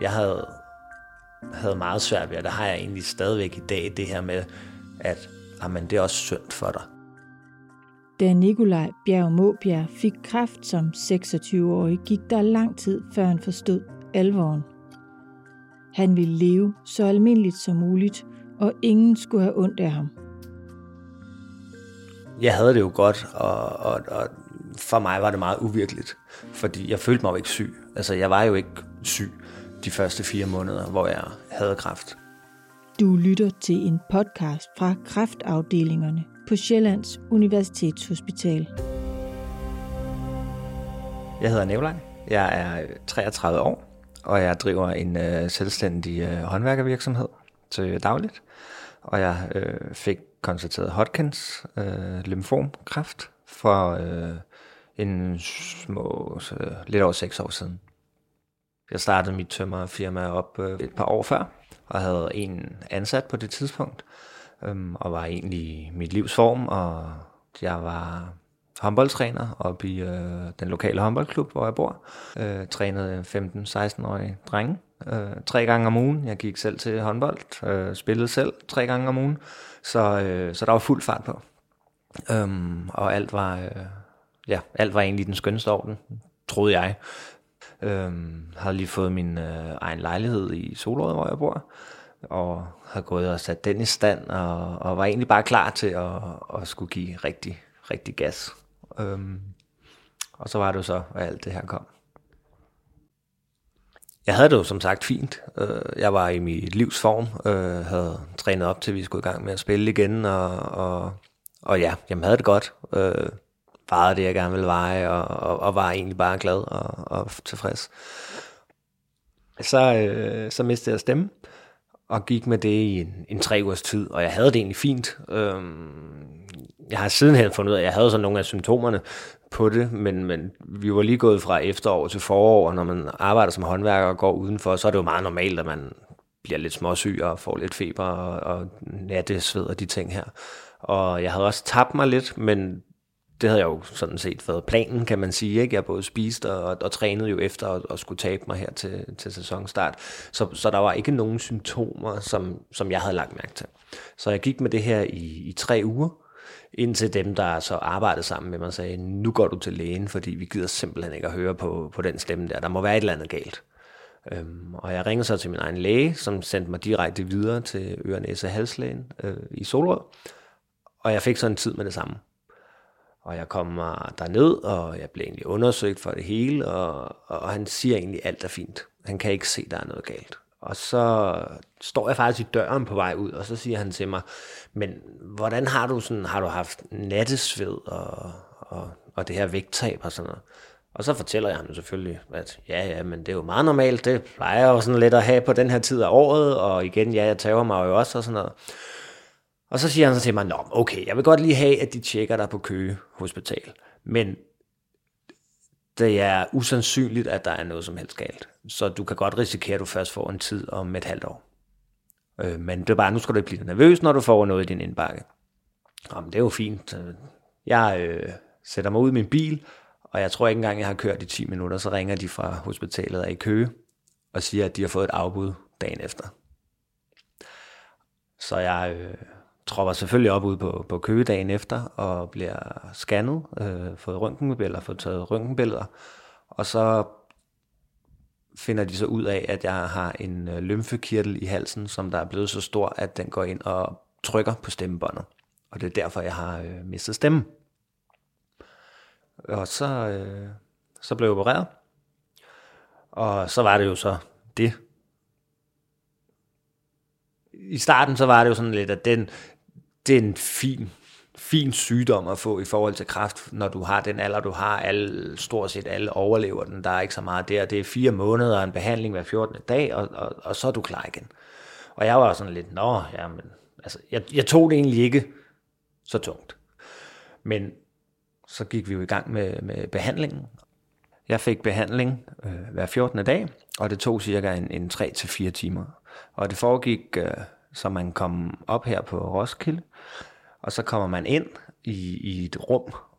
Jeg havde meget svært ved, og det har jeg egentlig stadigvæk i dag, det her med, at jamen, det er også synd for dig. Da Nikolaj Bjerg Maabjerg fik kræft som 26-årig, gik der lang tid, før han forstod alvoren. Han ville leve så almindeligt som muligt, og ingen skulle have ondt af ham. Jeg havde det jo godt, og for mig var det meget uvirkeligt, fordi jeg følte mig jo ikke syg. Altså, jeg var jo ikke syg de første 4 måneder, hvor jeg havde kræft. Du lytter til en podcast fra kræftafdelingerne på Sjællands Universitetshospital. Jeg hedder Nikolaj. Jeg er 33 år, og jeg driver en selvstændig håndværkervirksomhed til dagligt. Og jeg fik konstateret Hodgkins lymfomkræft for lidt over 6 år siden. Jeg startede mit tømrerfirma op et par år før, og havde en ansat på det tidspunkt, og var egentlig i mit livs form, og jeg var håndboldtræner oppe i den lokale håndboldklub, hvor jeg bor. Trænede 15-16-årige drenge 3 gange om ugen. Jeg gik selv til håndbold, spillede selv 3 gange om ugen, så der var fuld fart på. Og alt var egentlig den skønneste orden, troede jeg. Havde lige fået min egen lejlighed i Solrød, hvor jeg bor, og havde gået og sat den i stand, og var egentlig bare klar til at skulle give rigtig, rigtig gas. Og så var det jo så, at alt det her kom. Jeg havde det jo som sagt fint. Jeg var i mit livs form, havde trænet op til, vi skulle i gang med at spille igen, og ja, jeg havde det godt. Vejede det, jeg gerne ville veje, og var egentlig bare glad og tilfreds. Så mistede jeg stemme, og gik med det i en 3 ugers tid, og jeg havde det egentlig fint. Jeg har sidenhen fundet ud af, at jeg havde sådan nogle af symptomerne på det, men vi var lige gået fra efterår til forår, og når man arbejder som håndværker og går udenfor, så er det jo meget normalt, at man bliver lidt småsyg og får lidt feber og nattesved og de ting her. Og jeg havde også tabt mig lidt, men det havde jeg jo sådan set været planen, kan man sige. Ikke? Jeg både spiste og trænede jo efter og skulle tabe mig her til sæsonstart. Så der var ikke nogen symptomer, som jeg havde lagt mærke til. Så jeg gik med det her i 3 uger, indtil dem, der så arbejdede sammen med mig, sagde, nu går du til lægen, fordi vi gider simpelthen ikke at høre på den stemme der. Der må være et eller andet galt. Og jeg ringede så til min egen læge, som sendte mig direkte videre til øre-næse-halslægen i Solrød. Og jeg fik så en tid med det samme. Og jeg kommer derned, og jeg blev egentlig undersøgt for det hele, og han siger egentlig, alt er fint. Han kan ikke se, der er noget galt. Og så står jeg faktisk i døren på vej ud, og så siger han til mig, men hvordan har du haft nattesved og det her vægttab og sådan noget? Og så fortæller jeg ham selvfølgelig, at ja, men det er jo meget normalt, det plejer jeg jo sådan lidt at have på den her tid af året, og igen, ja, jeg tager mig jo også og sådan noget. Og så siger han så til mig, nå, okay, jeg vil godt lige have, at de tjekker dig på Køge Hospital, men det er usandsynligt, at der er noget som helst galt. Så du kan godt risikere, at du først får en tid om et halvt år. Men det er bare, nu skal du ikke blive nervøs, når du får noget i din indbakke. Jamen, det er jo fint. Jeg sætter mig ud i min bil, og jeg tror ikke engang, jeg har kørt i 10 minutter, så ringer de fra hospitalet af i Køge, og siger, at de har fået et afbud dagen efter. Så jeg tropper selvfølgelig op ude på Køge dagen efter, og bliver scannet, fået taget røntgenbilleder, og så finder de så ud af, at jeg har en lymfekirtel i halsen, som der er blevet så stor, at den går ind og trykker på stemmebåndet. Og det er derfor, jeg har mistet stemmen. Og så blev jeg opereret. Og så var det jo så det. I starten så var det jo sådan lidt, at det er en fin sygdom at få i forhold til kræft, når du har den alder, du har. Stort set alle overlever den. Der er ikke så meget der. Det er 4 måneder og en behandling hver 14. dag, og så er du klar igen. Og jeg var sådan lidt, altså, jeg tog det egentlig ikke så tungt. Men så gik vi jo i gang med behandlingen. Jeg fik behandling hver 14. dag, og det tog cirka en 3-4 timer. Og det foregik, så man kom op her på Roskilde, og så kommer man ind i et rum,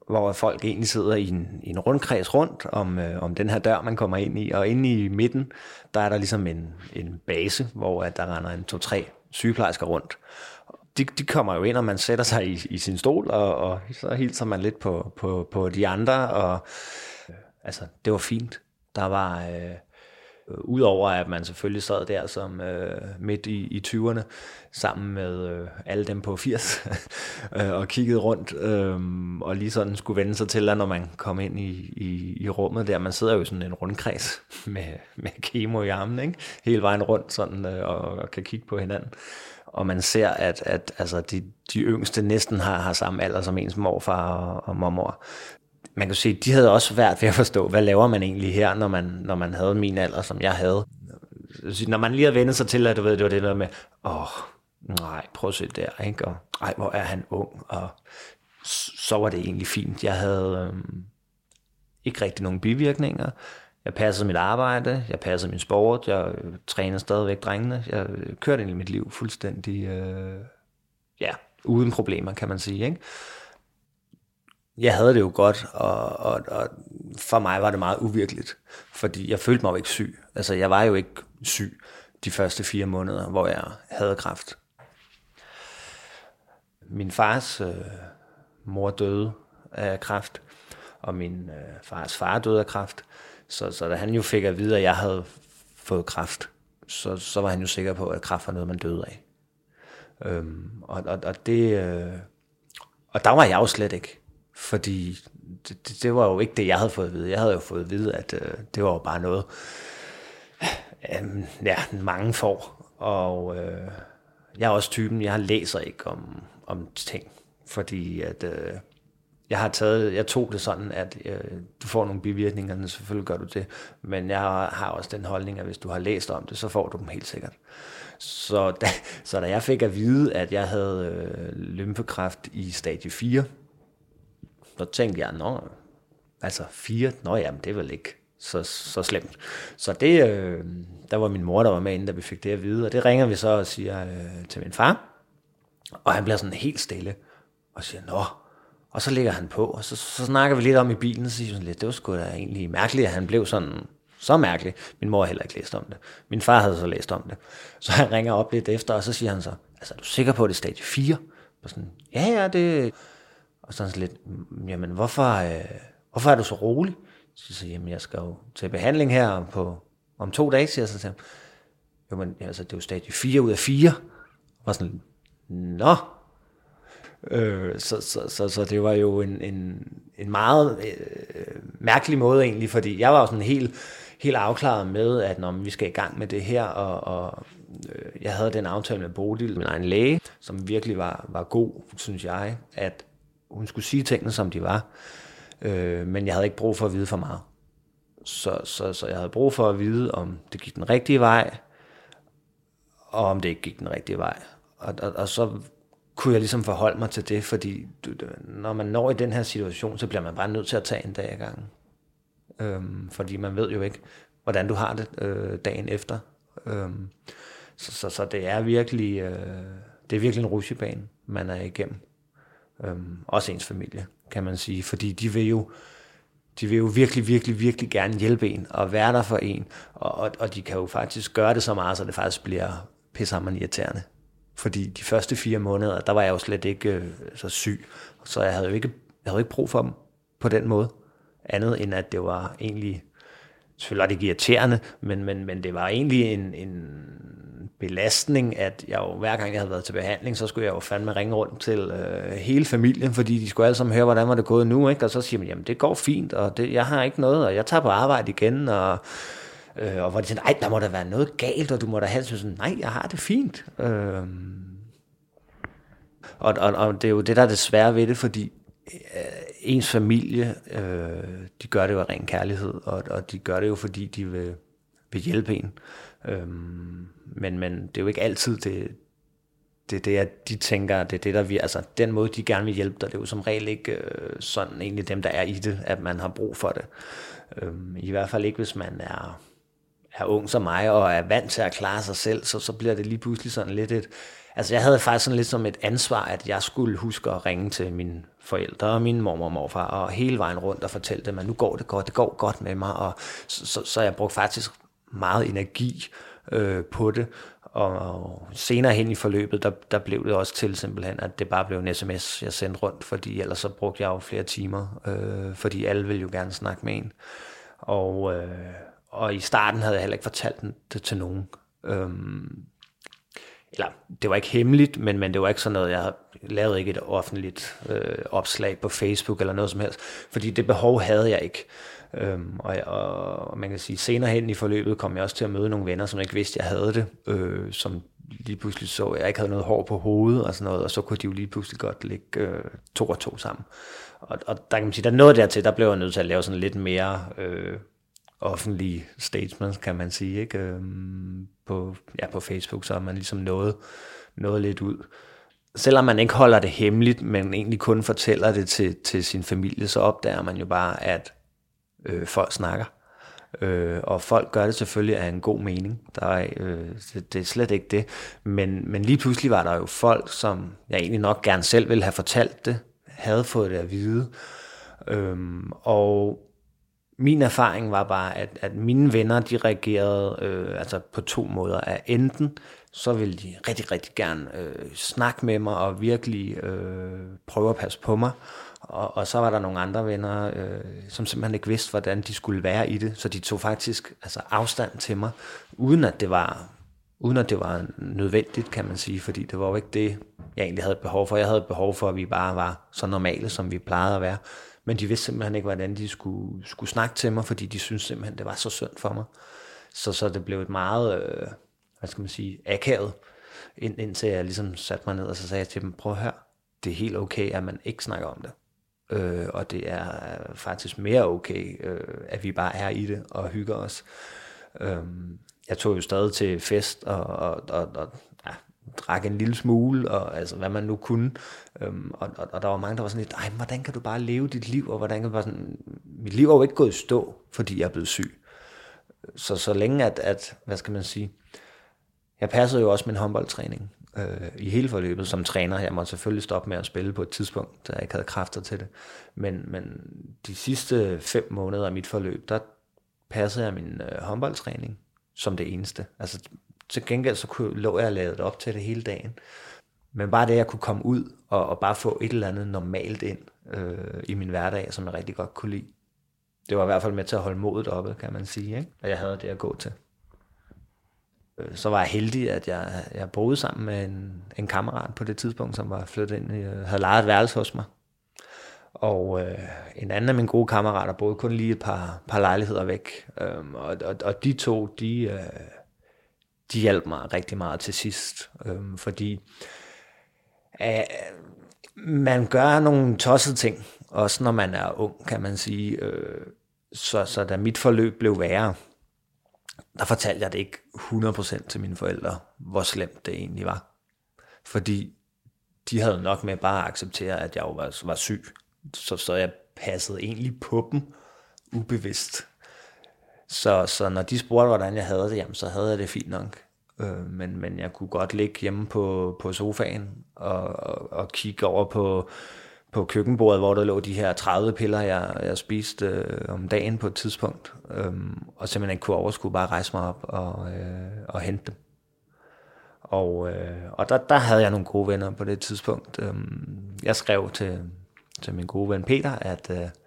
hvor folk egentlig sidder i en rundkreds rundt om den her dør, man kommer ind i. Og inde i midten, der er der ligesom en base, hvor der render 2-3 sygeplejersker rundt. De kommer jo ind, og man sætter sig i sin stol, og så hilser man lidt på de andre. Og altså, det var fint. Der var... Udover at man selvfølgelig sad der som midt i 20'erne, sammen med alle dem på 80, og kiggede rundt, og lige sådan skulle vende sig til, at når man kom ind i rummet der, man sidder jo sådan en rundkreds med kemo i armen, ikke? Hele vejen rundt sådan, og kan kigge på hinanden. Og man ser, at altså, de yngste næsten har samme alder som ens morfar og mormor. Man kan sige, de havde også svært ved at forstå, hvad laver man egentlig her, når man havde min alder, som jeg havde. Når man lige havde vendt sig til, at du ved, det var det der med, nej, prøv at se der, ikke? Og ej, hvor er han ung, og så var det egentlig fint. Jeg havde ikke rigtig nogen bivirkninger. Jeg passede mit arbejde, jeg passede min sport, jeg trænede stadigvæk drengene. Jeg kørte egentlig mit liv fuldstændig, uden problemer, kan man sige, ikke? Jeg havde det jo godt, og for mig var det meget uvirkeligt, fordi jeg følte mig jo ikke syg. Altså, jeg var jo ikke syg de første 4 måneder, hvor jeg havde kræft. Min fars mor døde af kræft, og min fars far døde af kræft. Så da han jo fik at vide, at jeg havde fået kræft, så var han jo sikker på, at kræft var noget, man døde af. Og der var jeg jo slet ikke. Fordi det var jo ikke det, jeg havde fået at vide. Jeg havde jo fået at vide, at det var jo bare noget, mange får. Og jeg er også typen, jeg læser ikke om ting. Fordi at jeg tog det sådan, at du får nogle bivirkninger, selvfølgelig gør du det. Men jeg har også den holdning, at hvis du har læst om det, så får du dem helt sikkert. Så da jeg fik at vide, at jeg havde lymfekræft i stadie 4, så tænkte jeg, 4, jamen det er vel ikke så slemt. Så det, der var min mor, der var med inden, da vi fik det at vide, og det ringer vi så og siger til min far, og han bliver sådan helt stille, og siger, og så lægger han på, og så snakker vi lidt om i bilen, og så siger han lidt, det var sgu da egentlig mærkeligt, at han blev sådan, så mærkelig. Min mor har heller ikke læst om det. Min far havde så læst om det. Så han ringer op lidt efter, og så siger han så, altså er du sikker på, at det er stadie 4? Og sådan, ja, det... Og sådan lidt, jamen hvorfor er du så rolig? Så siger jeg, jamen jeg skal jo til behandling her om 2 dage, siger jeg så til ham. Jo, men altså, det er jo stadie 4 ud af 4. Og sådan, nå. Så det var jo en meget mærkelig måde egentlig, fordi jeg var jo sådan helt afklaret med, at når vi skal i gang med det her, og jeg havde den aftale med Bodil, min egen læge, som virkelig var god, synes jeg, at hun skulle sige tingene, som de var, men jeg havde ikke brug for at vide for meget. Så jeg havde brug for at vide, om det gik den rigtige vej, og om det ikke gik den rigtige vej. Og så kunne jeg ligesom forholde mig til det, fordi når man når i den her situation, så bliver man bare nødt til at tage en dag ad gangen. Fordi man ved jo ikke, hvordan du har det dagen efter. Så det er virkelig en rutsjebane, man er igennem. Også ens familie, kan man sige, fordi de vil jo virkelig, virkelig, virkelig gerne hjælpe en og være der for en, og de kan jo faktisk gøre det så meget, så det faktisk bliver pissehammerende irriterende. Fordi de første 4 måneder, der var jeg jo slet ikke så syg, så jeg havde jo ikke brug for dem på den måde, andet end at det var egentlig, selvfølgelig var det ikke irriterende, men det var egentlig en belastning, at jeg jo, hver gang jeg havde været til behandling, så skulle jeg jo fandme ringe rundt til hele familien, fordi de skulle alle sammen høre, hvordan var det gået nu, ikke? Og så siger man, jamen det går fint, og jeg har ikke noget, og jeg tager på arbejde igen, og hvor de siger, der må da være noget galt, og du må da have sådan, nej, jeg har det fint. Og det er jo det, der er det svære ved det, fordi ens familie, de gør det jo af ren kærlighed, og de gør det jo, fordi de vil hjælpe en. Men det er jo ikke altid det at de tænker, det er det, der vi, altså den måde, de gerne vil hjælpe dig, det er jo som regel ikke sådan egentlig dem, der er i det, at man har brug for det. I hvert fald ikke, hvis man er ung som mig, og er vant til at klare sig selv, så bliver det lige pludselig sådan lidt et... Altså jeg havde faktisk sådan lidt som et ansvar, at jeg skulle huske at ringe til mine forældre og min mormor og morfar, og hele vejen rundt og fortælle dem, at nu går det godt, det går godt med mig, og så jeg brugte faktisk meget energi på det, og senere hen i forløbet, der blev det også til simpelthen, at det bare blev en sms, jeg sendte rundt, fordi ellers så brugte jeg jo flere timer, fordi alle ville jo gerne snakke med en. Og i starten havde jeg heller ikke fortalt det til nogen. Eller, det var ikke hemmeligt, men det var ikke sådan noget, jeg lavede ikke et offentligt opslag på Facebook eller noget som helst, fordi det behov havde jeg ikke. Og man kan sige, senere hen i forløbet kom jeg også til at møde nogle venner, som ikke vidste, jeg havde det, som lige pludselig så, jeg ikke havde noget hår på hovedet og sådan noget, og så kunne de jo lige pludselig godt lægge 2 og 2 sammen. Og der kan man sige, der noget dertil, der blev jeg nødt til at lave sådan lidt mere offentlige statements, kan man sige, ikke? På Facebook, så er man ligesom nået lidt ud. Selvom man ikke holder det hemmeligt, men egentlig kun fortæller det til sin familie, så opdager man jo bare, at folk snakker. Og folk gør det selvfølgelig af en god mening. Det er slet ikke det. Men lige pludselig var der jo folk, som jeg egentlig nok gerne selv ville have fortalt det, havde fået det at vide. Og min erfaring var bare, at mine venner, de reagerede altså på 2 måder. At enten så ville de rigtig, rigtig gerne snakke med mig og virkelig prøve at passe på mig. Og så var der nogle andre venner, som simpelthen ikke vidste, hvordan de skulle være i det. Så de tog faktisk afstand til mig, uden at det var nødvendigt, kan man sige. Fordi det var jo ikke det, jeg egentlig havde behov for. Jeg havde behov for, at vi bare var så normale, som vi plejede at være. Men de vidste simpelthen ikke, hvordan de skulle snakke til mig, fordi de syntes simpelthen, det var så synd for mig. Så det blev et meget, akavet, indtil jeg ligesom satte mig ned, og så sagde jeg til dem, prøv at høre, det er helt okay, at man ikke snakker om det. Og det er faktisk mere okay, at vi bare er i det og hygger os. Jeg tog jo stadig til fest og drak en lille smule, og altså hvad man nu kunne. Og der var mange, der var sådan lidt, hvordan kan du bare leve dit liv, og hvordan kan du bare sådan... Mit liv er jo ikke gået i stå, fordi jeg er blevet syg. Så længe at hvad skal man sige, jeg passede jo også min håndboldtræning i hele forløbet som træner. Jeg måtte selvfølgelig stoppe med at spille på et tidspunkt, da jeg ikke havde kræfter til det. Men de sidste 5 måneder af mit forløb, der passede jeg min håndboldtræning som det eneste. Altså til gengæld så lå jeg og lavede det op til det hele dagen. Men bare det, at jeg kunne komme ud og bare få et eller andet normalt ind i min hverdag, som jeg rigtig godt kunne lide. Det var i hvert fald med til at holde modet oppe, kan man sige, ikke? Og jeg havde det at gå til. Så var jeg heldig, at jeg boede sammen med en kammerat på det tidspunkt, som var flyttet ind, havde lejet et værelse hos mig. Og en anden af mine gode kammerater boede kun lige et par lejligheder væk. Og de 2, de hjalp mig rigtig meget til sidst, fordi man gør nogle tossede ting, også når man er ung, kan man sige. Så da mit forløb blev værre, der fortalte jeg det ikke 100% til mine forældre, hvor slemt det egentlig var. Fordi de havde nok med bare at acceptere, at jeg jo var syg. Så jeg passede egentlig på dem ubevidst. Så når de spurgte, hvordan jeg havde det, jamen, så havde jeg det fint nok. Men jeg kunne godt ligge hjemme på sofaen og kigge over på køkkenbordet, hvor der lå de her 30 piller, jeg spiste om dagen på et tidspunkt. Og simpelthen ikke kunne overskue, bare rejse mig op og hente dem. Og der havde jeg nogle gode venner på det tidspunkt. Jeg skrev til min gode ven Peter, at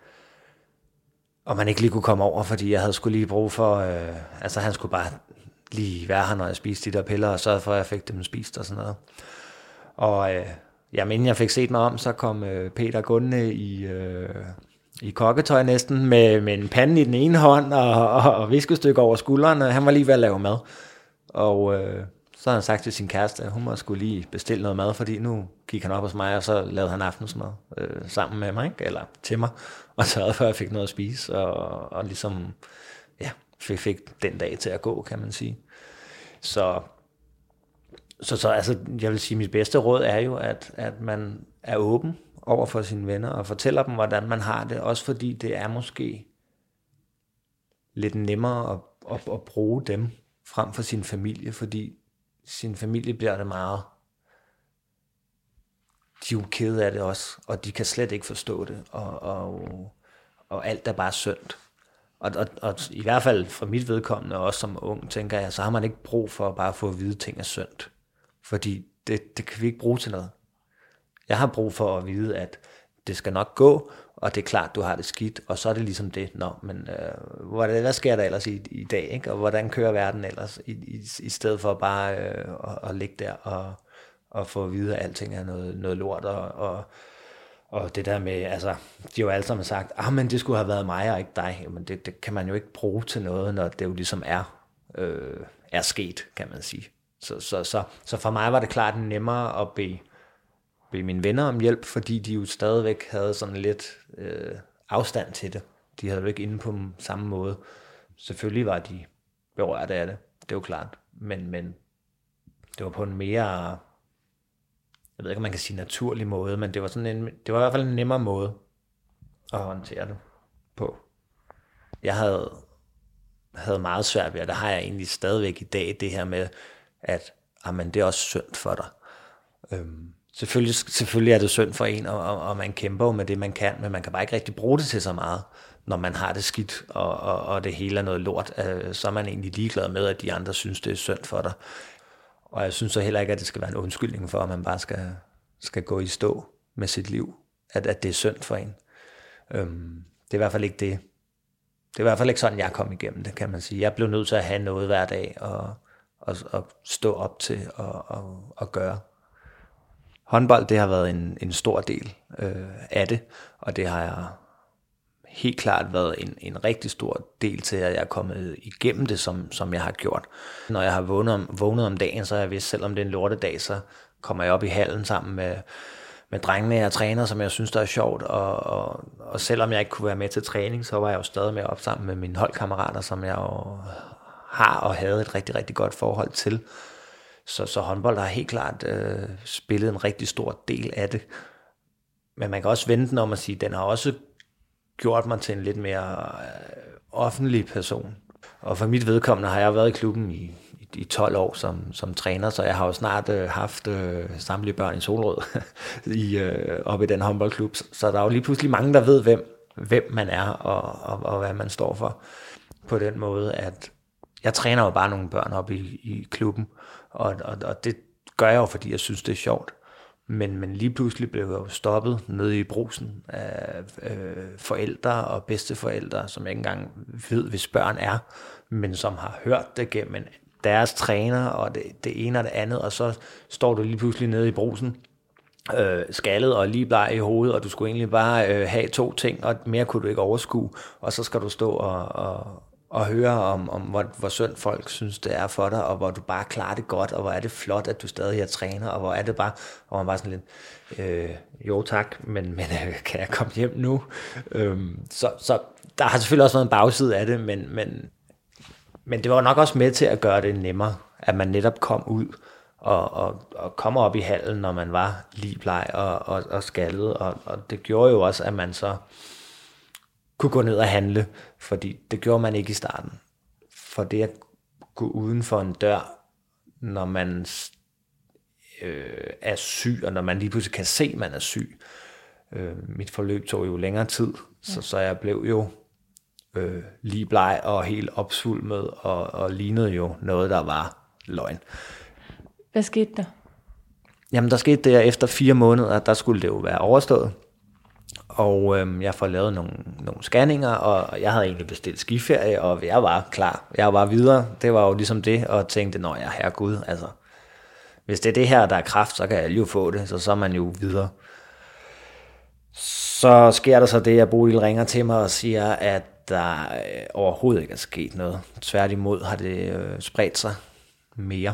om han ikke lige kunne komme over, fordi jeg havde skulle lige brug for, han skulle bare lige være her, når jeg spiste de der piller, og sørge for, at jeg fik dem spist og sådan noget. Og inden jeg fik set mig om, så kom Peter gående i kokketøj næsten, med en pande i den ene hånd, og viskestykke over skulderen, og han var lige ved at lave mad. Og så havde han sagt til sin kæreste, at hun må skulle lige bestille noget mad, fordi nu gik han op hos mig, og så lavede han aftensmad sammen med mig, ikke? Eller til mig, og sørgede for, at jeg fik noget at spise, og ligesom fik den dag til at gå, kan man sige. Så altså, jeg vil sige, mit bedste råd er jo, at man er åben over for sine venner, og fortæller dem, hvordan man har det, også fordi det er måske lidt nemmere at bruge dem frem for sin familie, fordi sin familie bliver det meget. De er jo kede af det også, og de kan slet ikke forstå det, og alt er bare synd. Og i hvert fald for mit vedkommende, også som ung, tænker jeg, så har man ikke brug for bare at få at vide, ting er synd. Fordi det kan vi ikke bruge til noget. Jeg har brug for at vide, at det skal nok gå, og det er klart, du har det skidt, og så er det ligesom det. Men hvad sker der ellers i dag, ikke? Og hvordan kører verden ellers, i stedet for bare at ligge der og få at vide, at alting er noget lort, og det der med, altså, de har jo alle sammen sagt, men det skulle have været mig og ikke dig. Men det kan man jo ikke bruge til noget, når det jo ligesom er sket, kan man sige. Så for mig var det klart nemmere at bede mine venner om hjælp, fordi de jo stadigvæk havde sådan lidt afstand til det. De havde jo ikke inde på samme måde. Selvfølgelig var de berørt af det, det er jo klart. Men det var på en mere, jeg ved ikke, om man kan sige naturlig måde, men det var i hvert fald en nemmere måde at håndtere det på. Jeg havde meget svært ved, og det har jeg egentlig stadigvæk i dag, det her med, at det er også synd for dig. Selvfølgelig er det synd for en, og man kæmper jo med det, man kan, men man kan bare ikke rigtig bruge det til så meget, når man har det skidt, og det hele er noget lort. Så er man egentlig ligeglad med, at de andre synes, det er synd for dig. Og jeg synes så heller ikke, at det skal være en undskyldning for, at man bare skal gå i stå med sit liv, at det er synd for en. Det er i hvert fald ikke det. Det er i hvert fald ikke sådan, jeg kom igennem det, kan man sige. Jeg blev nødt til at have noget hver dag, og stå op til og gøre. Håndbold, det har været en stor del af det, og det har jeg helt klart været en rigtig stor del til, at jeg er kommet igennem det, som jeg har gjort. Når jeg har vågnet om dagen, så har jeg vidst, selvom det er en lortedag, så kommer jeg op i hallen sammen med drengene, jeg træner, som jeg synes, der er sjovt, og selvom jeg ikke kunne være med til træning, så var jeg jo stadig med op sammen med mine holdkammerater, som jeg jo har og havde et rigtig, rigtig godt forhold til. Så håndbold har helt klart spillet en rigtig stor del af det. Men man kan også vende den om at sige, at den har også gjort mig til en lidt mere offentlig person. Og for mit vedkommende har jeg været i klubben i 12 år som træner, så jeg har jo snart haft samtlige børn i Solrød oppe i den håndboldklub. Så der er jo lige pludselig mange, der ved, hvem man er og hvad man står for. På den måde, at jeg træner jo bare nogle børn op i klubben, og det gør jeg jo, fordi jeg synes, det er sjovt. Men lige pludselig blev jeg jo stoppet nede i Brugsen af forældre og bedsteforældre, som jeg ikke engang ved, hvis børn er, men som har hørt det gennem deres træner og det ene og det andet, og så står du lige pludselig nede i Brugsen, skaldet og lige bleg i hovedet, og du skulle egentlig bare have 2 ting, og mere kunne du ikke overskue, og så skal du stå og høre om hvor synd folk synes, det er for dig, og hvor du bare klarer det godt, og hvor er det flot, at du stadig er træner, og hvor er det bare, og man bare sådan lidt, jo tak, men kan jeg komme hjem nu? Så der har selvfølgelig også været en bagside af det, men det var nok også med til at gøre det nemmere, at man netop kom ud og kommer op i hallen, når man var ligebleg og skaldet, og det gjorde jo også, at man så kunne gå ned og handle, fordi det gjorde man ikke i starten. For det at gå uden for en dør, når man er syg, og når man lige pludselig kan se, at man er syg. Mit forløb tog jo længere tid, så jeg blev jo lige bleg og helt opsvulmet, og lignede jo noget, der var løgn. Hvad skete der? Jamen, der skete det, efter 4 måneder, der skulle det jo være overstået. Og jeg får lavet nogle scanninger, og jeg havde egentlig bestilt skiferie, og jeg var klar. Jeg var videre. Det var jo ligesom det, og tænkte, nå ja, herregud, altså, hvis det er det her, der er kræft, så kan jeg jo få det, så er man jo videre. Så sker der så det, at Bodil ringer til mig og siger, at der overhovedet ikke er sket noget. Tværtimod har det spredt sig mere.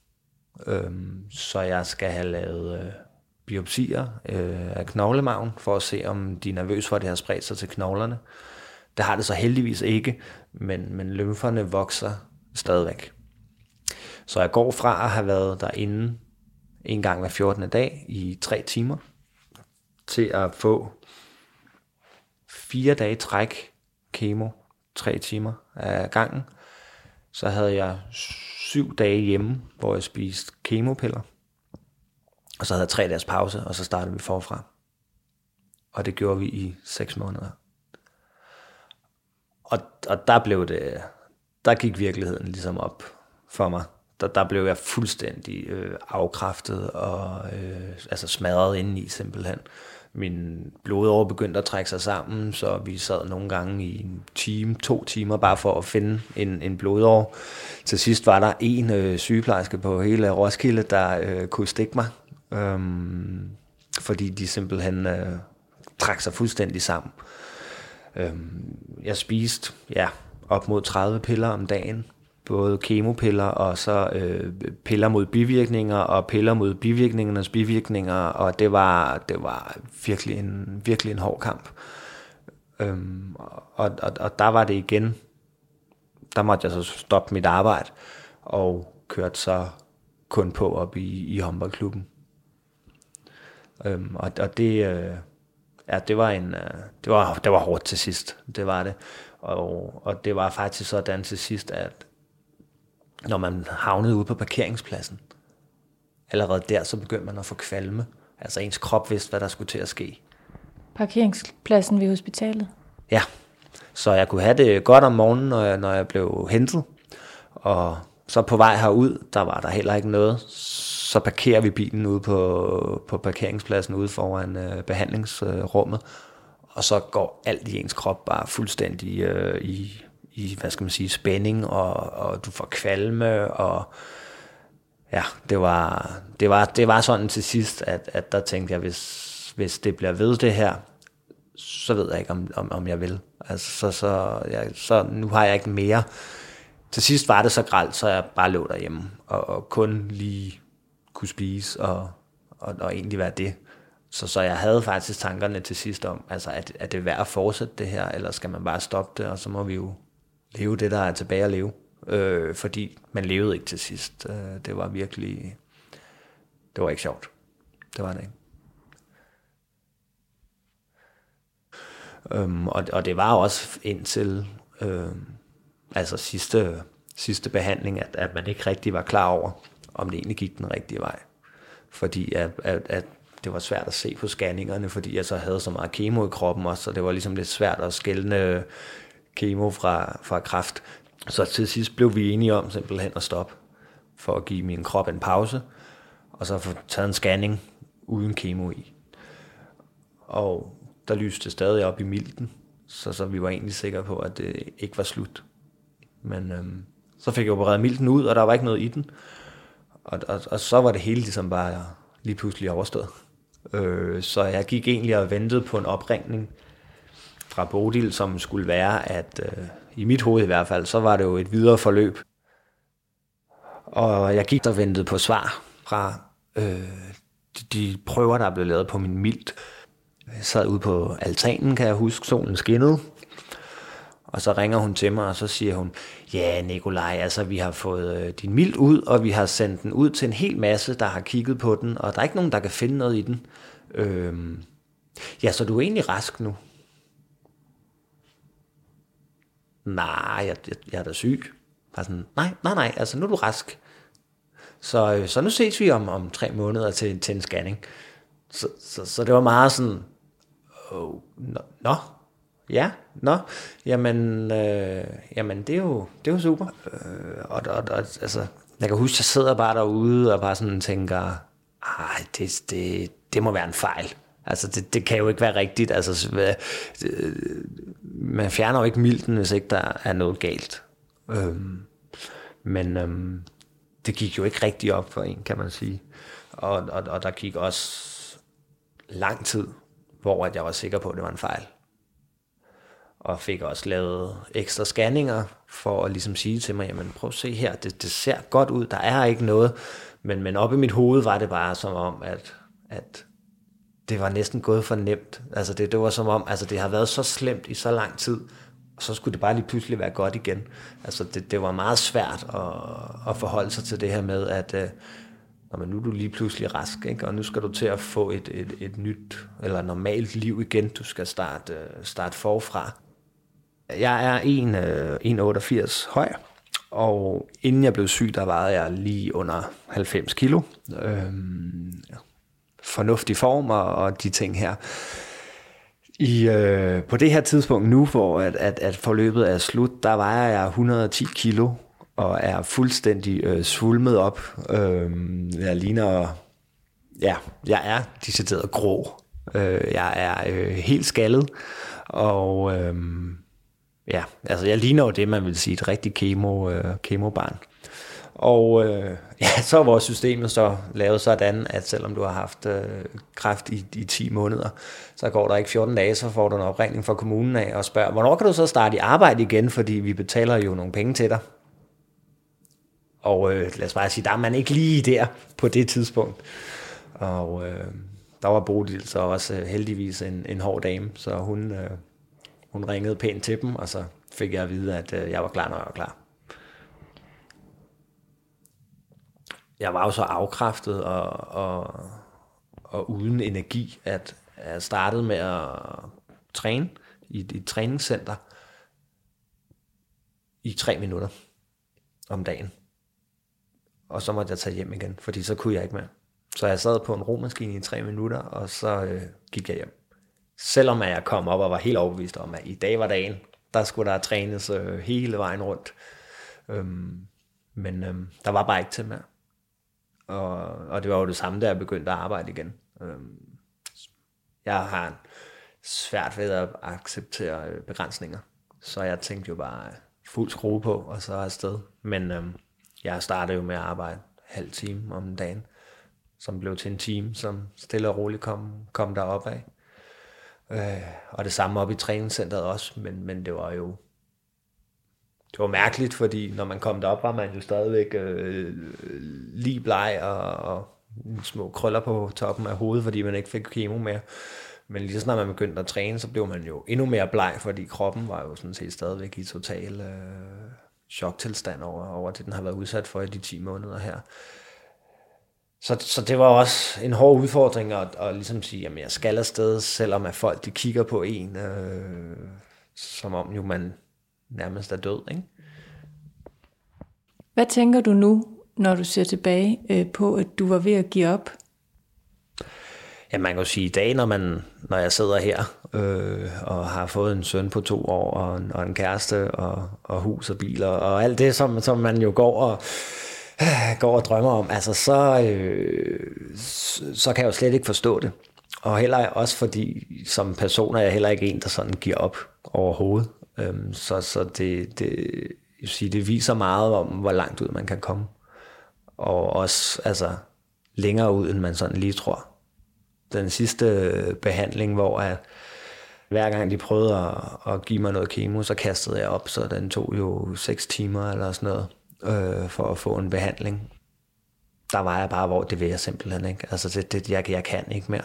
Så jeg skal have lavet biopsier af knoglemarven, for at se, om de er nervøse for, at det har spredt sig til knoglerne. Det har det så heldigvis ikke, men lymferne vokser stadigvæk. Så jeg går fra at have været derinde en gang hver 14. dag i 3 timer, til at få 4 dage træk kemo, 3 timer af gangen, Så havde jeg 7 dage hjemme, hvor jeg spiste kemopiller. Og så havde jeg 3 dages pause, og så startede vi forfra. Og det gjorde vi i 6 måneder. Og der gik virkeligheden ligesom op for mig. Der blev jeg fuldstændig afkræftet og smadret indeni simpelthen. Min blodåre begyndte at trække sig sammen, så vi sad nogle gange i en time, 2 timer, bare for at finde en blodåre. Til sidst var der en sygeplejerske på hele Roskilde, der kunne stikke mig, fordi de simpelthen trak sig fuldstændig sammen. Jeg spiste op mod 30 piller om dagen, både kemopiller og så piller mod bivirkninger og piller mod bivirkningernes bivirkninger, og det var virkelig en hård kamp. Og der var det igen, der måtte jeg så stoppe mit arbejde og kørte så kun på op i håndboldklubben. Og det var hårdt til sidst, det var det. Og det var faktisk sådan til sidst, at når man havnede ude på parkeringspladsen, allerede der, så begyndte man at få kvalme. Altså ens krop vidste, hvad der skulle til at ske. Parkeringspladsen ved hospitalet? Ja, så jeg kunne have det godt om morgenen, når jeg blev hentet. Og så på vej herud, der var der heller ikke noget. Så parkerer vi bilen ude på parkeringspladsen ude foran behandlingsrummet. Og så går alt i ens krop bare fuldstændig i hvad skal man sige, spænding, og du får kvalme, og ja, det var sådan til sidst, at der tænkte jeg, hvis det bliver ved det her, så ved jeg ikke, om jeg vil. Altså, så nu har jeg ikke mere. Til sidst var det så grelt, så jeg bare lå derhjemme, og kun lige kunne spise, og egentlig være det. Så jeg havde faktisk tankerne til sidst om, altså, er det værd at fortsætte det her, eller skal man bare stoppe det, og så må vi jo leve det, der er tilbage at leve. Fordi man levede ikke til sidst. Det var virkelig, det var ikke sjovt. Det var det ikke. Og det var også indtil sidste behandling, at man ikke rigtig var klar over, om det egentlig gik den rigtige vej. Fordi at det var svært at se på scanningerne, fordi jeg så havde så meget kemo i kroppen også, så det var ligesom lidt svært at skelne kemo fra kræft. Så til sidst blev vi enige om simpelthen at stoppe, for at give min krop en pause, og så få taget en scanning uden kemo i. Og der lyste det stadig op i milten, så vi var egentlig sikre på, at det ikke var slut. Men så fik jeg opereret milten ud, og der var ikke noget i den. Og så var det hele ligesom bare lige pludselig overstået. Så jeg gik egentlig og ventede på en opringning fra Bodil, som skulle være, at i mit hoved i hvert fald, så var det jo et videre forløb. Og jeg gik og ventede på svar fra de prøver, der blev lavet på min milt. Jeg sad ude på altanen, kan jeg huske, solen skinnede. Og så ringer hun til mig, og så siger hun, ja Nikolaj, altså vi har fået din milt ud, og vi har sendt den ud til en hel masse, der har kigget på den, og der er ikke nogen, der kan finde noget i den. Ja, så du er egentlig rask nu? Nej, jeg er da syg. Bare sådan, nej, altså nu er du rask. Så nu ses vi om 3 måneder til en scanning. Så det var meget sådan, jamen det er jo super. Og altså, jeg kan huske, jeg sidder bare derude og bare sådan tænker, det må være en fejl. Altså, det kan jo ikke være rigtigt. Altså, man fjerner jo ikke milten, hvis ikke der er noget galt. Men det gik jo ikke rigtig op for en, kan man sige. Og der gik også lang tid, hvor jeg var sikker på, at det var en fejl. Og fik også lavet ekstra scanninger for at ligesom sige til mig, jamen prøv at se her, det ser godt ud, der er ikke noget. Men oppe i mit hoved var det bare som om, at det var næsten gået for nemt. Altså det var som om, altså det har været så slemt i så lang tid, og så skulle det bare lige pludselig være godt igen. Altså det var meget svært at forholde sig til det her med, at nu er du lige pludselig rask, ikke? Og nu skal du til at få et nyt eller normalt liv igen. Du skal starte forfra. Jeg er 1,88 høj, Og inden jeg blev syg, der vejede jeg lige under 90 kilo. Fornuftig form og de ting her. På det her tidspunkt nu, hvor at forløbet er slut, der vejer jeg 110 kilo og er fuldstændig svulmet op. Jeg ligner... Ja, jeg er decideret grå. Jeg er helt skaldet, og ja, altså jeg ligner jo det, man vil sige, et rigtig kemobarn. Og ja, så er vores system så lavet sådan, at selvom du har haft kræft i 10 måneder, så går der ikke 14 dage, så får du en opringning fra kommunen af og spørger, hvornår kan du så starte i arbejde igen, fordi vi betaler jo nogle penge til dig. Og lad os bare sige, der er man ikke lige der på det tidspunkt. Og der var Bodil så også heldigvis en hård dame, så hun ringede pænt til dem, og så fik jeg at vide, at jeg var klar, når jeg var klar. Jeg var jo så afkræftet og uden energi, at jeg startede med at træne i et træningscenter i 3 minutter om dagen. Og så måtte jeg tage hjem igen, fordi så kunne jeg ikke mere. Så jeg sad på en romaskine i 3 minutter, og så gik jeg hjem. Selvom jeg kom op og var helt overbevist om, at i dag var dagen, der skulle der trænes hele vejen rundt. Men der var bare ikke til mere. Og det var jo det samme, da jeg begyndte at arbejde igen. Jeg har svært ved at acceptere begrænsninger, så jeg tænkte jo bare fuld skrue på, og så afsted. Men jeg startede jo med at arbejde halv time om dagen, som blev til en time, som stille og roligt kom derop af. Og det samme op i træningscenteret også, men det var jo mærkeligt, fordi når man kom derop, var man jo stadigvæk lige bleg og små krøller på toppen af hovedet, fordi man ikke fik kemo mere. Men lige så snart man begyndte at træne, så blev man jo endnu mere bleg, fordi kroppen var jo sådan set stadigvæk i total choktilstand over det, den har været udsat for i de 10 måneder her. Så det var også en hård udfordring at ligesom sige, jamen jeg skal afsted, selvom at folk de kigger på en, som om jo man nærmest er død, ikke? Hvad tænker du nu, når du ser tilbage på, at du var ved at give op? Ja, man kan jo sige, i dag, når jeg sidder her og har fået en søn på 2 år og en kæreste og hus og biler og alt det, som man jo går og drømmer om, altså så kan jeg jo slet ikke forstå det. Og heller også fordi som person er jeg heller ikke en, der sådan giver op overhovedet. Så det viser meget om, hvor langt ud man kan komme. Og også altså, længere ud, end man sådan lige tror. Den sidste behandling, hvor at hver gang de prøvede at give mig noget kemo, så kastede jeg op, så den tog jo 6 timer eller sådan noget, for at få en behandling. Der var jeg bare, hvor det vil jeg simpelthen ikke. Altså jeg kan ikke mere.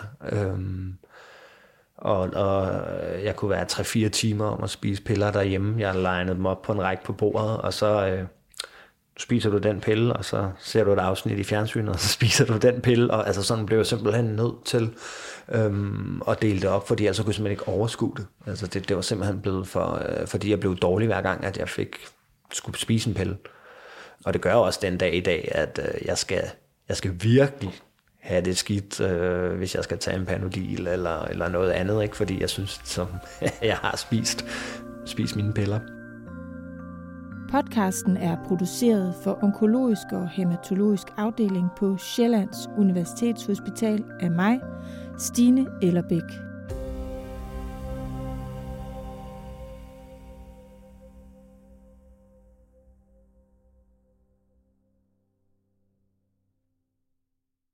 Og jeg kunne være 3-4 timer om at spise piller derhjemme. Jeg lignede dem op på en række på bordet, og så spiser du den pille, og så ser du et afsnit i fjernsynet, og så spiser du den pille, og altså sådan blev jeg simpelthen nødt til at dele det op, fordi jeg så kunne simpelthen ikke overskue det. Altså det var simpelthen blevet fordi jeg blev dårlig hver gang, at jeg skulle spise en pille. Og det gør også den dag i dag, at jeg skal virkelig have det skidt, hvis jeg skal tage en Panodil eller noget andet, ikke? Fordi jeg synes, som jeg har spist mine piller. Podcasten er produceret for Onkologisk og Hæmatologisk Afdeling på Sjællands Universitetshospital af mig, Stine Ellerbæk.